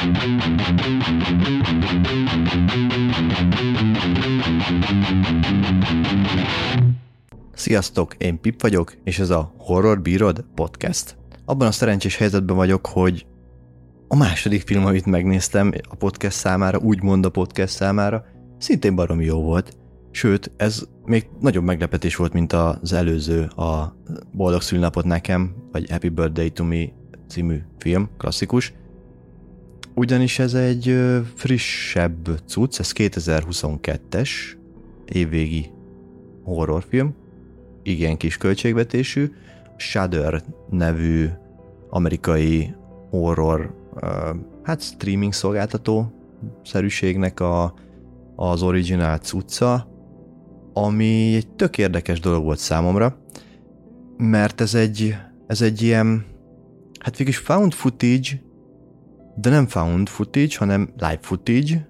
Sziasztok, én Pip vagyok, és ez a Horror Bírod podcast. Abban a szerencsés helyzetben vagyok, hogy a második film, amit megnéztem a podcast számára, úgymond a podcast számára, szintén baromi jó volt. Sőt, ez még nagyobb meglepetés volt, mint az előző, a Boldog Szülinapot nekem, vagy Happy Birthday to Me című film, klasszikus. Ugyanis ez egy frissebb cucc, ez 2022-es évvégi horrorfilm, igen kis költségvetésű, Shudder nevű amerikai horror, streaming szolgáltató szerűségnek az originál cucca, ami egy tök érdekes dolog volt számomra, mert ez egy ilyen, hát végülis found footage, de nem found footage, hanem live footage,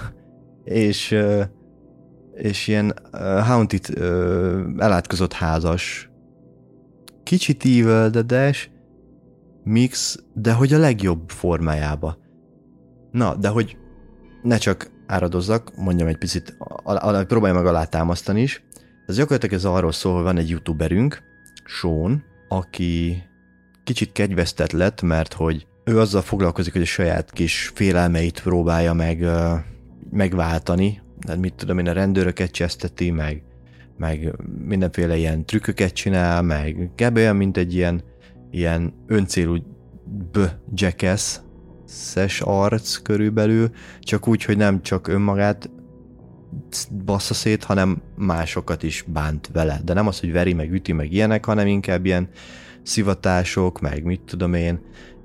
és ilyen haunted, elátkozott házas, kicsit Evil Dead-es mix, de hogy a legjobb formájába. Na, de hogy ne csak áradozzak, mondjam egy picit, próbálj meg alátámasztani is. Ez gyakorlatilag ez arról szól, hogy van egy youtuberünk, Sean, aki kicsit kegyvesztett lett, mert hogy ő azzal foglalkozik, hogy a saját kis félelmeit próbálja megváltani. Tehát mit tudom én, a rendőröket cseszteti, meg mindenféle ilyen trükköket csinál, meg kb. Olyan, mint egy ilyen öncélú jackass-es arc körülbelül, csak úgy, hogy nem csak önmagát bassza szét, hanem másokat is bánt vele. De nem az, hogy veri, meg üti, meg ilyenek, hanem inkább ilyen szivatások, meg mit tudom én,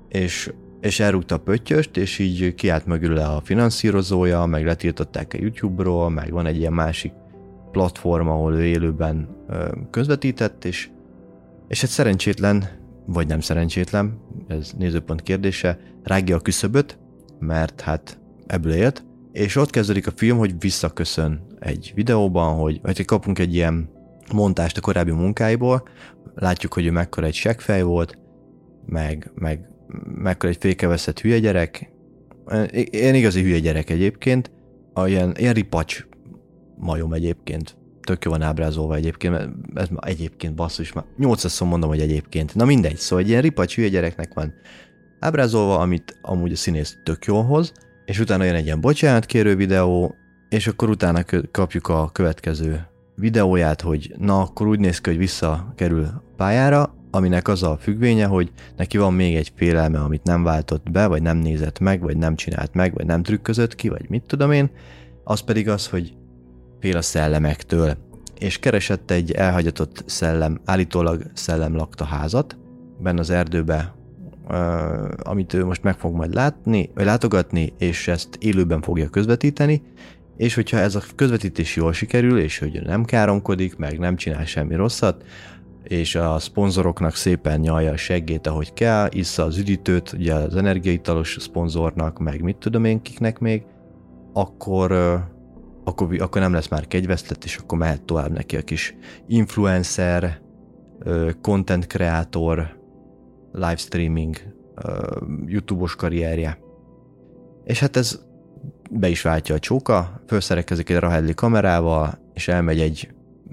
és elrúgta a pöttyöst, és így kiállt mögül a finanszírozója, meg letiltották a YouTube-ról, meg van egy ilyen másik platform, ahol ő élőben közvetített, és hát szerencsétlen, vagy nem szerencsétlen, ez nézőpont kérdése, rágja a küszöböt, mert hát ebből élt, és ott kezdődik a film, hogy visszaköszön egy videóban, hogy kapunk egy ilyen montást a korábbi munkáiból, látjuk, hogy ő mekkora egy seggfej volt, meg mekkora egy fékeveszett hülye gyerek, ilyen igazi hülye gyerek egyébként, ilyen ripacs majom egyébként, tök jó van ábrázolva egyébként, mert ez már egyébként basszus, már 800-szor mondom, hogy egyébként. Na mindegy, szóval egy ilyen ripacs hülye gyereknek van ábrázolva, amit amúgy a színész tök jól hoz, és utána jön egy ilyen bocsánatkérő videó, és akkor utána kapjuk a következő videóját, hogy na, akkor úgy néz ki, hogy visszakerül pályára, aminek az a függvénye, hogy neki van még egy félelme, amit nem váltott be, vagy nem nézett meg, vagy nem csinált meg, vagy nem trükközött ki, vagy mit tudom én, az pedig az, hogy fél a szellemektől, és keresett egy elhagyatott szellem, állítólag szellem lakta házat, benne az erdőbe, amit ő most meg fog majd látogatni, és ezt élőben fogja közvetíteni, és hogyha ez a közvetítés jól sikerül, és hogy nem káromkodik, meg nem csinál semmi rosszat, és a szponzoroknak szépen nyalja a seggét, ahogy kell, issza az üdítőt, ugye az energiaitalos szponzornak, meg mit tudom én kiknek még, akkor nem lesz már kegyvesztett, és akkor mehet tovább neki a kis influencer, content creator, livestreaming, YouTube-os karrierje. És hát ez be is váltja a csóka, felszerelkezik egy Rahedli kamerával, és elmegy egy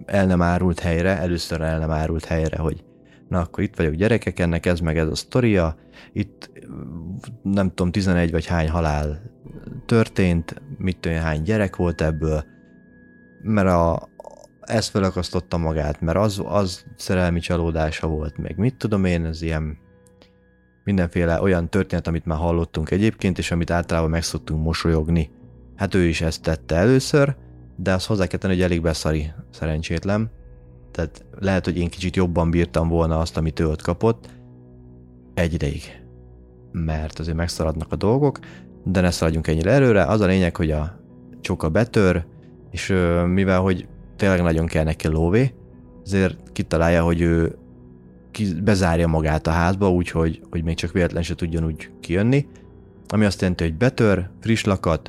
először el nem árult helyre, hogy na akkor itt vagyok gyerekek, ennek ez meg ez a sztoria, itt nem tudom 11 vagy hány halál történt, mit tudom, hány gyerek volt ebből, mert ez felakasztotta magát, mert az szerelmi csalódása volt, meg mit tudom én, ez ilyen mindenféle olyan történet, amit már hallottunk egyébként, és amit általában meg szoktunk mosolyogni. Hát ő is ezt tette először, de azt hozzá kell tenni, hogy elég beszari, szerencsétlen. Tehát lehet, hogy én kicsit jobban bírtam volna azt, amit ő ott kapott egy ideig. Mert azért megszaladnak a dolgok, de ne szaladjunk ennyire előre. Az a lényeg, hogy a csoka betör, és mivel, hogy tényleg nagyon kell neki lóvé, ezért kitalálja, hogy ő bezárja magát a házba, úgyhogy még csak véletlen se tudjon úgy kijönni, ami azt jelenti, hogy betör, friss lakat,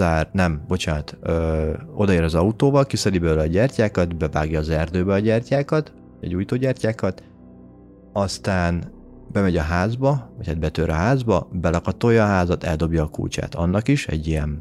odaér az autóval, kiszedi belőle a gyertyákat, bevágja az erdőbe a gyertyákat, egy újtógyertyákat, aztán bemegy a házba, vagy hát betör a házba, belakatolja a házat, eldobja a kulcsát. Annak is egy ilyen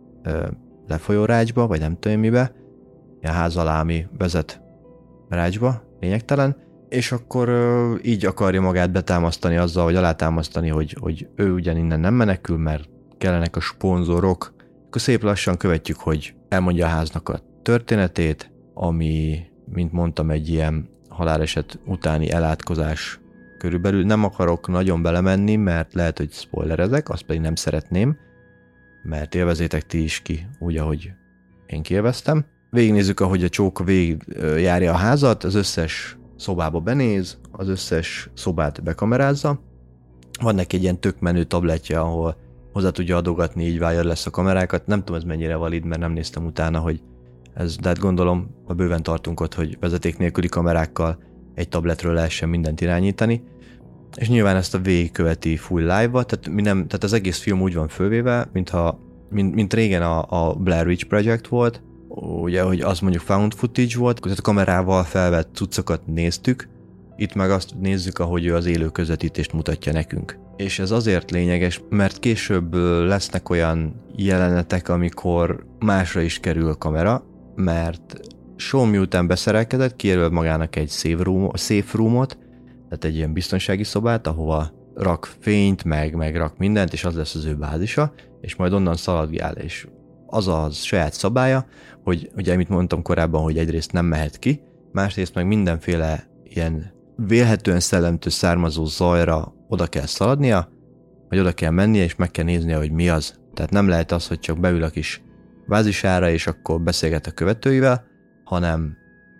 lefolyó rácsba, vagy nem tudom mibe, ilyen ház alá, ami vezet rácsba, lényegtelen, és akkor így akarja magát betámasztani azzal, vagy alátámasztani, hogy ő ugyan innen nem menekül, mert kellenek a szponzorok. Akkor szép lassan követjük, hogy elmondja a háznak a történetét, ami, mint mondtam, egy ilyen haláleset utáni elátkozás körülbelül. Nem akarok nagyon belemenni, mert lehet, hogy spoilerezek, azt pedig nem szeretném, mert élvezétek ti is ki, úgy, ahogy én kiélveztem. Végignézzük, ahogy a csóka végig járja a házat, az összes szobába benéz, az összes szobát bekamerázza. Van neki egy ilyen tök menő tabletje, ahol hozzá tudja adogatni így wireless a kamerákat. Nem tudom, ez mennyire valid, mert nem néztem utána, hogy ez, de hát gondolom, a bőven tartunk ott, hogy vezeték nélküli kamerákkal egy tabletről lehessen mindent irányítani. És nyilván ezt a végigköveti full live-ba, tehát az egész film úgy van fölvéve, mint régen a Blair Witch Project volt, ugye, hogy az mondjuk found footage volt, tehát a kamerával felvett cuccokat néztük, itt meg azt nézzük, ahogy ő az élő közvetítést mutatja nekünk. És ez azért lényeges, mert később lesznek olyan jelenetek, amikor másra is kerül a kamera, mert Sean miután beszerelkedett, kijelöl magának egy safe roomot, tehát egy ilyen biztonsági szobát, ahova rak fényt, meg rak mindent, és az lesz az ő bázisa, és majd onnan szaladgál, és az a saját szabálya, hogy ugye, amit mondtam korábban, hogy egyrészt nem mehet ki, másrészt meg mindenféle ilyen vélhetően szellemtől származó zajra oda kell szaladnia, vagy oda kell mennie, és meg kell néznie, hogy mi az. Tehát nem lehet az, hogy csak beül a kis bázisára, és akkor beszélget a követőivel, hanem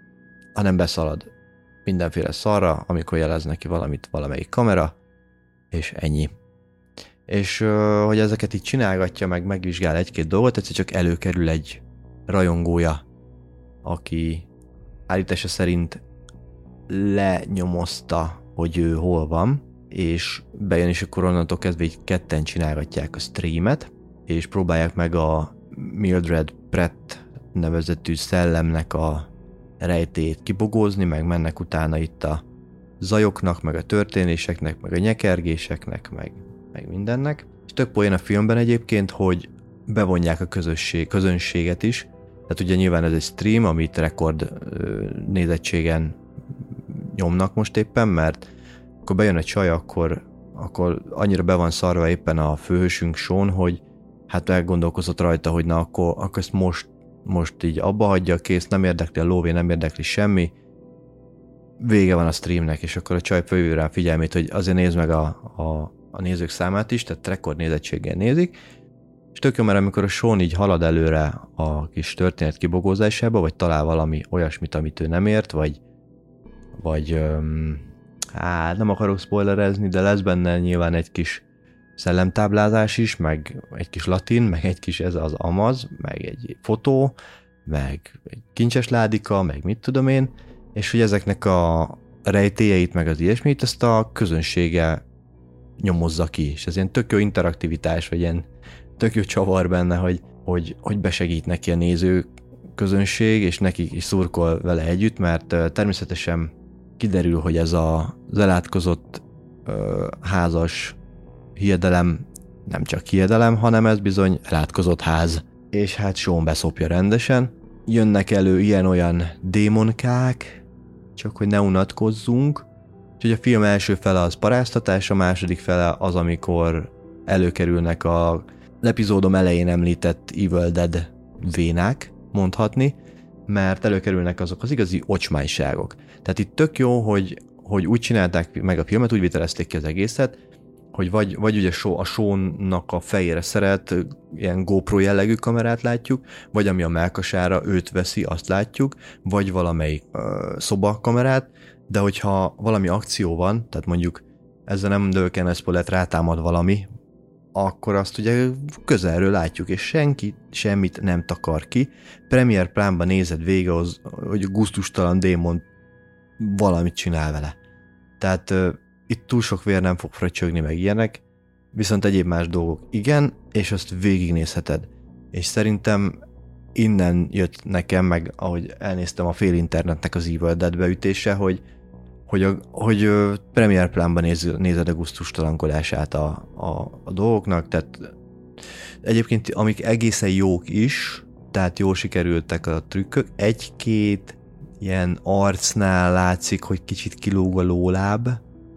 beszalad mindenféle szarra, amikor jelez neki valamit valamelyik kamera, és ennyi. És hogy ezeket így csinálgatja, meg megvizsgál egy-két dolgot, egyszer csak előkerül egy rajongója, aki állítása szerint lenyomozta, hogy ő hol van, és bejön, és akkor onnantól kezdve így ketten csinálgatják a streamet, és próbálják meg a Mildred Pratt nevezetű szellemnek a rejtélyét kibogózni, meg mennek utána itt a zajoknak, meg a történéseknek, meg a nyekergéseknek, meg mindennek. És tök poén a filmben egyébként, hogy bevonják a közönséget is. Tehát ugye nyilván ez egy stream, amit rekord nézettségen nyomnak most éppen, mert akkor bejön egy csaj, akkor annyira be van szarva éppen a főhősünk Sean, hogy hát elgondolkozott rajta, hogy na akkor ezt most így abba hagyja, kész, nem érdekli a lóvé, nem érdekli semmi, vége van a streamnek, és akkor a csaj fölhívja rá figyelmét, hogy azért nézd meg a nézők számát is, tehát rekordnézettséggel nézik, és tök jó, mert amikor a Sean így halad előre a kis történet kibogózásába, vagy talál valami olyasmit, amit ő nem ért, vagy nem akarok spoilerezni, de lesz benne nyilván egy kis szellemtáblázás is, meg egy kis latin, meg egy kis ez az amaz, meg egy fotó, meg egy kincses ládika, meg mit tudom én, és hogy ezeknek a rejtélyeit, meg az ilyesmit, ezt a közönsége nyomozza ki, és ez ilyen tök jó interaktivitás, vagy ilyen tök jó csavar benne, hogy besegít neki a néző közönség, és neki is szurkol vele együtt, mert természetesen kiderül, hogy ez az elátkozott házas hiedelem nem csak hiedelem, hanem ez bizony elátkozott ház. És hát Sean beszopja rendesen. Jönnek elő ilyen-olyan démonkák, csak hogy ne unatkozzunk. Úgyhogy a film első fele az paráztatás, a második fele az, amikor előkerülnek az epizódom elején említett Evil Dead vénák, mondhatni, mert előkerülnek azok az igazi ocsmányságok. Tehát itt tök jó, hogy úgy csinálták meg a filmet, úgy vitelezték ki az egészet, hogy vagy ugye a Sean-nak a fejére szerelt ilyen GoPro jellegű kamerát látjuk, vagy ami a mellkasára őt veszi, azt látjuk, vagy valamelyik szobakamerát, de hogyha valami akció van, tehát mondjuk ezzel nem dölken spoilet rátámad valami, akkor azt ugye közelről látjuk, és senki semmit nem takar ki. Premier plánban nézed végig, hogy gusztustalan démon valamit csinál vele. Tehát itt túl sok vér nem fog fröccsögni, meg ilyenek, viszont egyéb más dolgok igen, és azt végignézheted. És szerintem innen jött nekem, meg ahogy elnéztem a fél internetnek az Evil Dead beütése, hogy hogy Premiere Plánban nézed a gusztustalankodását a dolgoknak, tehát egyébként amik egészen jók is, tehát jól sikerültek a trükkök, egy-két ilyen arcnál látszik, hogy kicsit kilóg a lóláb,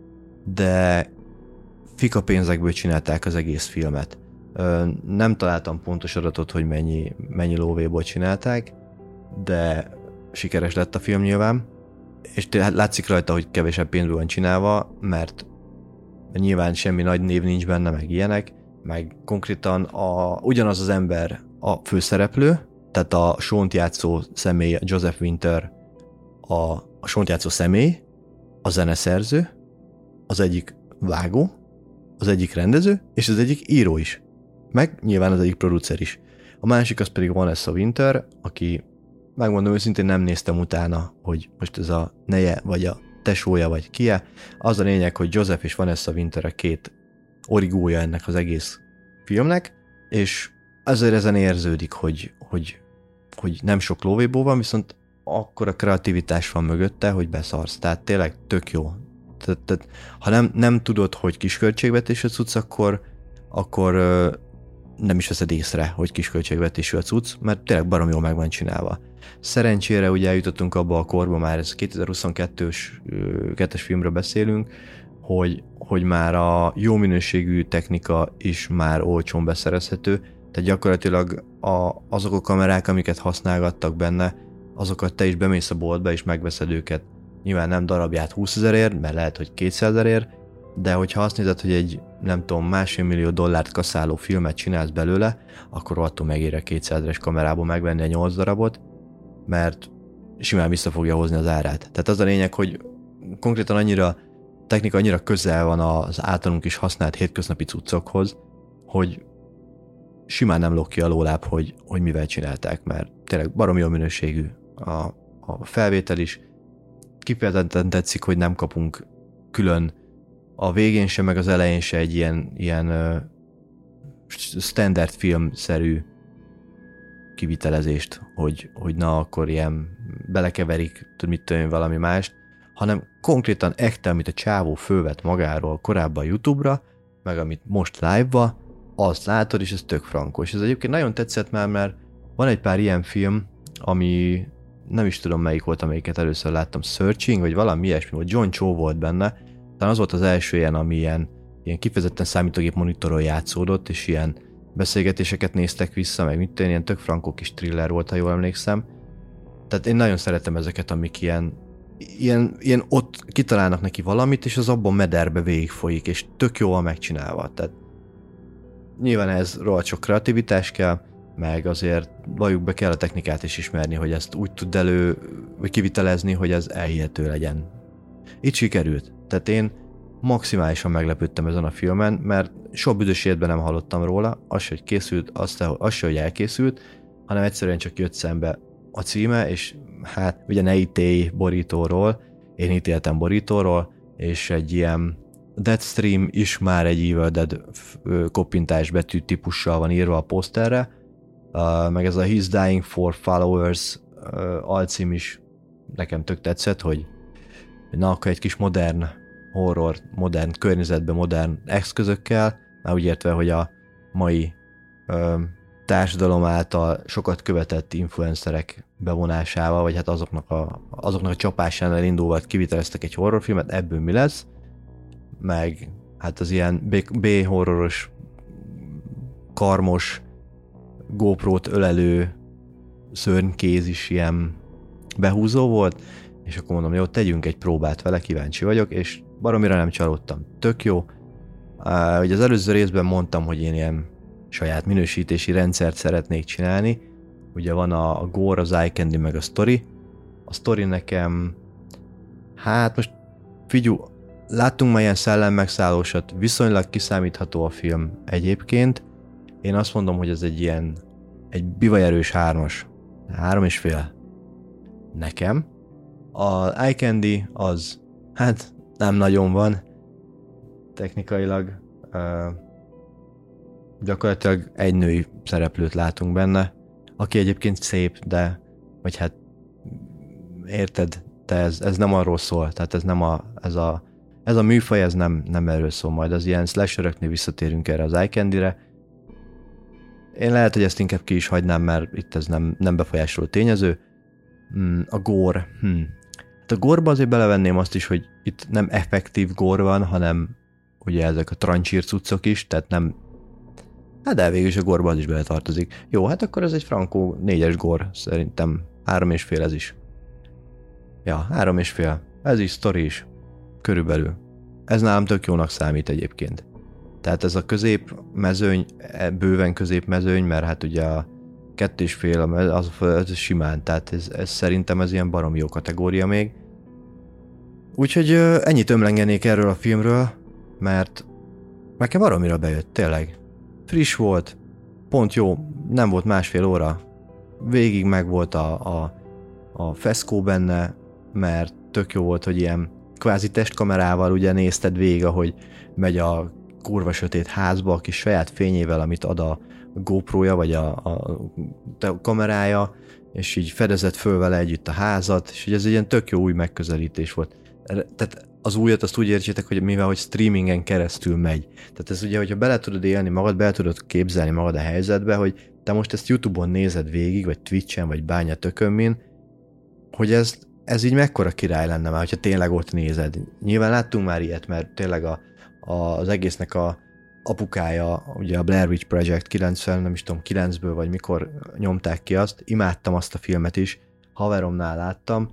de fika pénzekből csinálták az egész filmet. Nem találtam pontos adatot, hogy mennyi lóvéból csinálták, de sikeres lett a film nyilván, és látszik rajta, hogy kevesebb pénzből van csinálva, mert nyilván semmi nagy név nincs benne, meg ilyenek, meg konkrétan ugyanaz az ember a főszereplő, tehát a Sean-t játszó személy, Joseph Winter, a Sean-t játszó személy, a zeneszerző, az egyik vágó, az egyik rendező, és az egyik író is. Meg nyilván az egyik producer is. A másik az pedig Vanessa Winter, aki megmondom őszintén nem néztem utána, hogy most ez a neje, vagy a tesója, vagy kie. Az a lényeg, hogy Joseph és Vanessa Winter a két origója ennek az egész filmnek, és azért ezen érződik, hogy nem sok lóvébó van, viszont akkora kreativitás van mögötte, hogy beszarsz. Tehát tényleg tök jó. Tehát, ha nem tudod, hogy kisköltségvetésű a cucc, akkor nem is veszed észre, hogy kisköltségvetésű a cucc, mert tényleg barom jól meg van csinálva. Szerencsére ugye eljutottunk abba a korba, már ez 2022-es filmről beszélünk, hogy már a jó minőségű technika is már olcsón beszerezhető, tehát gyakorlatilag azok a kamerák, amiket használgattak benne, azokat te is bemész a boltba és megveszed őket. Nyilván nem darabját 20 000-ért, mert lehet, hogy 200 000-ért, de hogyha azt nézed, hogy egy, nem tudom, $1,5 millió kaszáló filmet csinálsz belőle, akkor attól megér a 200-es kamerából megvenni a 8 darabot, mert simán vissza fogja hozni az árát. Tehát az a lényeg, hogy konkrétan technika annyira közel van az általunk is használt hétköznapi cuccokhoz, hogy simán nem lóg ki a lóláb, hogy mivel csinálták, mert tényleg barom jó minőségű a felvétel is. Kifejezetten tetszik, hogy nem kapunk külön a végén se, meg az elején se egy ilyen standard filmszerű kivitelezést, hogy na akkor ilyen belekeverik, mit tudom, valami mást, hanem konkrétan ekte, amit a csávó fölvett magáról korábban YouTube-ra, meg amit most live-ba, azt látod, és ez tök frankos. Ez egyébként nagyon tetszett már, mert van egy pár ilyen film, ami nem is tudom melyik volt, amelyiket először láttam, Searching, vagy valami ilyesmi volt, John Cho volt benne, talán az volt az első ilyen, ami ilyen kifejezetten számítógép monitoron játszódott, és ilyen beszélgetéseket néztek vissza, meg mit tudom, ilyen tök frankó kis thriller volt, ha jól emlékszem. Tehát én nagyon szeretem ezeket, amik ilyen ott kitalálnak neki valamit, és az abban mederbe végigfolyik, és tök jól megcsinálva. Tehát nyilván ez rohadt sok kreativitás kell, meg azért valljuk be, kell a technikát is ismerni, hogy ezt úgy tud vagy kivitelezni, hogy ez elhihető legyen. Itt sikerült. Tehát én maximálisan meglepődtem ezen a filmen, mert soha büdös életben nem hallottam róla, az se, hogy készült, az se, hogy elkészült, hanem egyszerűen csak jött szembe a címe, és hát ugye ne ítélj borítóról, én ítéltem borítóról, és egy ilyen Deadstream is már egy Evil Dead koppintás betű típussal van írva a poszterre, meg ez a He's Dying for Followers alcím is nekem tök tetszett, hogy na akkor egy kis modern horror, modern környezetben, modern eszközökkel, már úgy értve, hogy a mai társadalom által sokat követett influencerek bevonásával, vagy hát azoknak a csapásánál indulva kiviteleztek egy horrorfilmet, ebből mi lesz, meg hát az ilyen B-horroros, karmos, GoPro-t ölelő szörnykéz is ilyen behúzó volt, és akkor mondom, jó, tegyünk egy próbát vele, kíváncsi vagyok, és baromira nem csalódtam. Tök jó. Ugye az előző részben mondtam, hogy én ilyen saját minősítési rendszert szeretnék csinálni. Ugye van a Gore, az Eye Candy, meg a Story. A Story nekem, hát most figyelj, láttunk már ilyen szellemmegszállósat, viszonylag kiszámítható a film egyébként. Én azt mondom, hogy ez egy bivajerős 3-as. 3,5. Nekem. A Eye Candy az, hát nem nagyon van technikailag. Gyakorlatilag egy női szereplőt látunk benne, aki egyébként szép, de vagy hát érted, de ez nem arról szól, tehát ez a műfaj, ez nem erről szól, majd az ilyen slasheröknél visszatérünk erre az iCandy-re. Én lehet, hogy ezt inkább ki is hagynám, mert itt ez nem befolyásoló tényező. A gore. Hát a gore-ba azért belevenném azt is, hogy itt nem effektív gore van, hanem ugye ezek a trancsír cuccok is, tehát nem. Hát de végül is a gore-ba az is beletartozik. Jó, hát akkor ez egy frankó 4-es gore, szerintem 3,5 ez is. Ja, 3,5. Ez is, sztori is. Körülbelül. Ez nálam tök jónak számít egyébként. Tehát ez a középmezőny, bőven középmezőny, mert hát ugye a 2,5 az simán, tehát ez szerintem ez ilyen baromi jó kategória még. Úgyhogy ennyit ömlengenék erről a filmről, mert nekem baromira bejött, tényleg. Friss volt, pont jó, nem volt 1,5 óra, végig meg volt a feszkó benne, mert tök jó volt, hogy ilyen kvázi testkamerával ugye nézted végig, ahogy megy a kurva sötét házba a kis saját fényével, amit ad a GoPro-ja, vagy a kamerája, és így fedezett föl vele együtt a házat, és ugye ez egy ilyen tök jó új megközelítés volt. Tehát az újat azt úgy értsétek, hogy mivel hogy streamingen keresztül megy. Tehát ez ugye, hogyha bele tudod élni magad, bele tudod képzelni magad a helyzetbe, hogy te most ezt YouTube-on nézed végig, vagy Twitch-en, vagy bánya tökömmin, hogy ez így mekkora király lenne már, hogyha tényleg ott nézed. Nyilván láttunk már ilyet, mert tényleg az egésznek a apukája, ugye a Blair Witch Project 9-ből, vagy mikor nyomták ki azt, imádtam azt a filmet is, haveromnál láttam,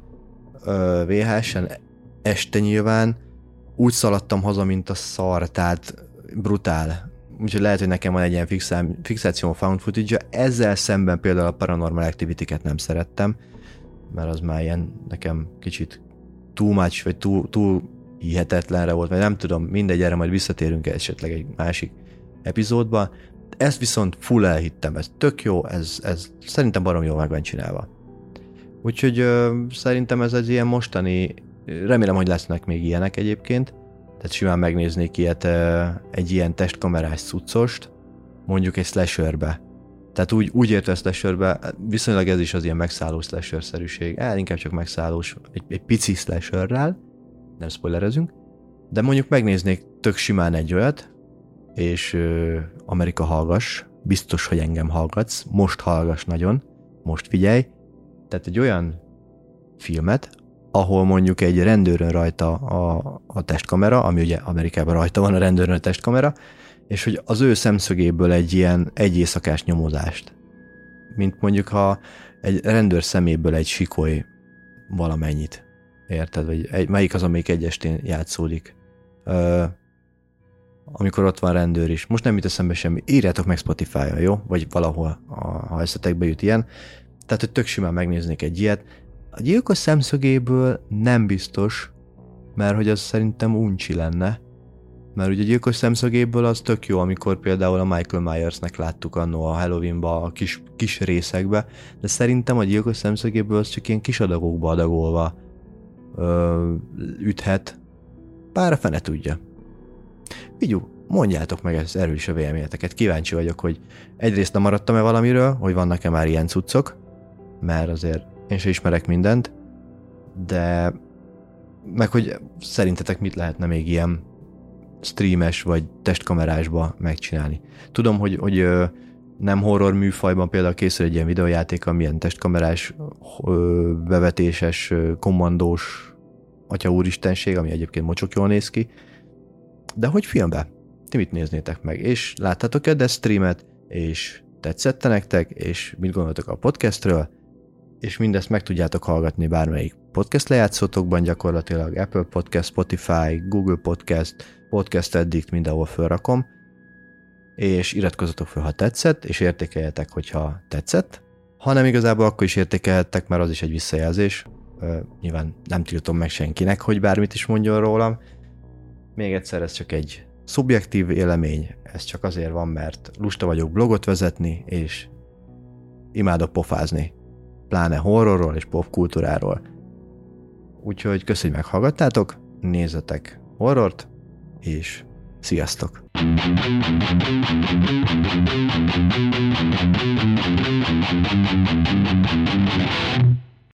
VHS-en, este nyilván, úgy szaladtam haza, mint a szar, tehát brutál. Úgyhogy lehet, hogy nekem van egy ilyen fixáció found footage-ja. Ezzel szemben például a Paranormal Activity-ket nem szerettem, mert az már ilyen nekem kicsit too much, vagy túl hihetetlenre volt, vagy nem tudom, mindegy, erre majd visszatérünk esetleg egy másik epizódba. Ezt viszont full elhittem, ez tök jó, ez szerintem barom jól meg van csinálva. Úgyhogy szerintem ez egy ilyen mostani, remélem, hogy lesznek még ilyenek egyébként, tehát simán megnéznék ilyet, egy ilyen testkamerás cuccost, mondjuk egy slasherbe. Tehát úgy érte a slasherbe, viszonylag ez is az ilyen megszálló slasher-szerűség, inkább csak megszállós, egy pici slasherrel, nem spoilerezünk, de mondjuk megnéznék tök simán egy olyat, és Amerika, hallgass, biztos, hogy engem hallgatsz, most hallgass nagyon, most figyelj, tehát egy olyan filmet, ahol mondjuk egy rendőrön rajta a testkamera, ami ugye Amerikában rajta van a rendőrön a testkamera, és hogy az ő szemszögéből egy ilyen egy éjszakás nyomozást. Mint mondjuk, ha egy rendőr szeméből egy sikoly valamennyit. Érted? Vagy melyik az, amelyik egy estén játszódik. Amikor ott van rendőr is. Most nem jut eszembe semmi. Írjátok meg Spotify-on, jó? Vagy valahol, ha eszetekbe jut ilyen. Tehát, hogy tök simán megnéznék egy ilyet. A gyilkos szemszögéből nem biztos, mert hogy az szerintem uncsi lenne. Mert ugye a gyilkos szemszögéből az tök jó, amikor például a Michael Myersnek láttuk annó a Halloweenba, a kis részekbe, de szerintem a gyilkos szemszögéből az csak ilyen kis adagokba adagolva üthet. Bár a fene tudja. Vigyú, mondjátok meg erről is a véleményeteket. Kíváncsi vagyok, hogy egyrészt nem maradtam-e valamiről, hogy vannak-e már ilyen cuccok, mert azért én sem ismerek mindent, de meg hogy szerintetek mit lehetne még ilyen streames vagy testkamerásba megcsinálni. Tudom, hogy nem horror műfajban például készül egy ilyen videójáték, amilyen testkamerás, bevetéses, kommandós atya úristenség, ami egyébként mocsok jól néz ki, de hogy filmben? Ti mit néznétek meg? És láttátok-e de streamet, és tetszette nektek, és mit gondoltok a podcastről, és mindezt meg tudjátok hallgatni bármelyik podcast lejátszótokban, gyakorlatilag Apple Podcast, Spotify, Google Podcast, Podcast Addict, mindenhol felrakom, és iratkozzatok fel, ha tetszett, és értékeljetek, hogyha tetszett. Ha nem igazából, akkor is értékelhettek, mert az is egy visszajelzés. Nyilván nem tiltom meg senkinek, hogy bármit is mondjon rólam. Még egyszer, ez csak egy szubjektív vélemény, ez csak azért van, mert lusta vagyok blogot vezetni, és imádok pofázni. Pláne horrorról és popkultúráról. Úgyhogy köszönjük, hogy meghallgattátok, nézzetek horrort, és sziasztok!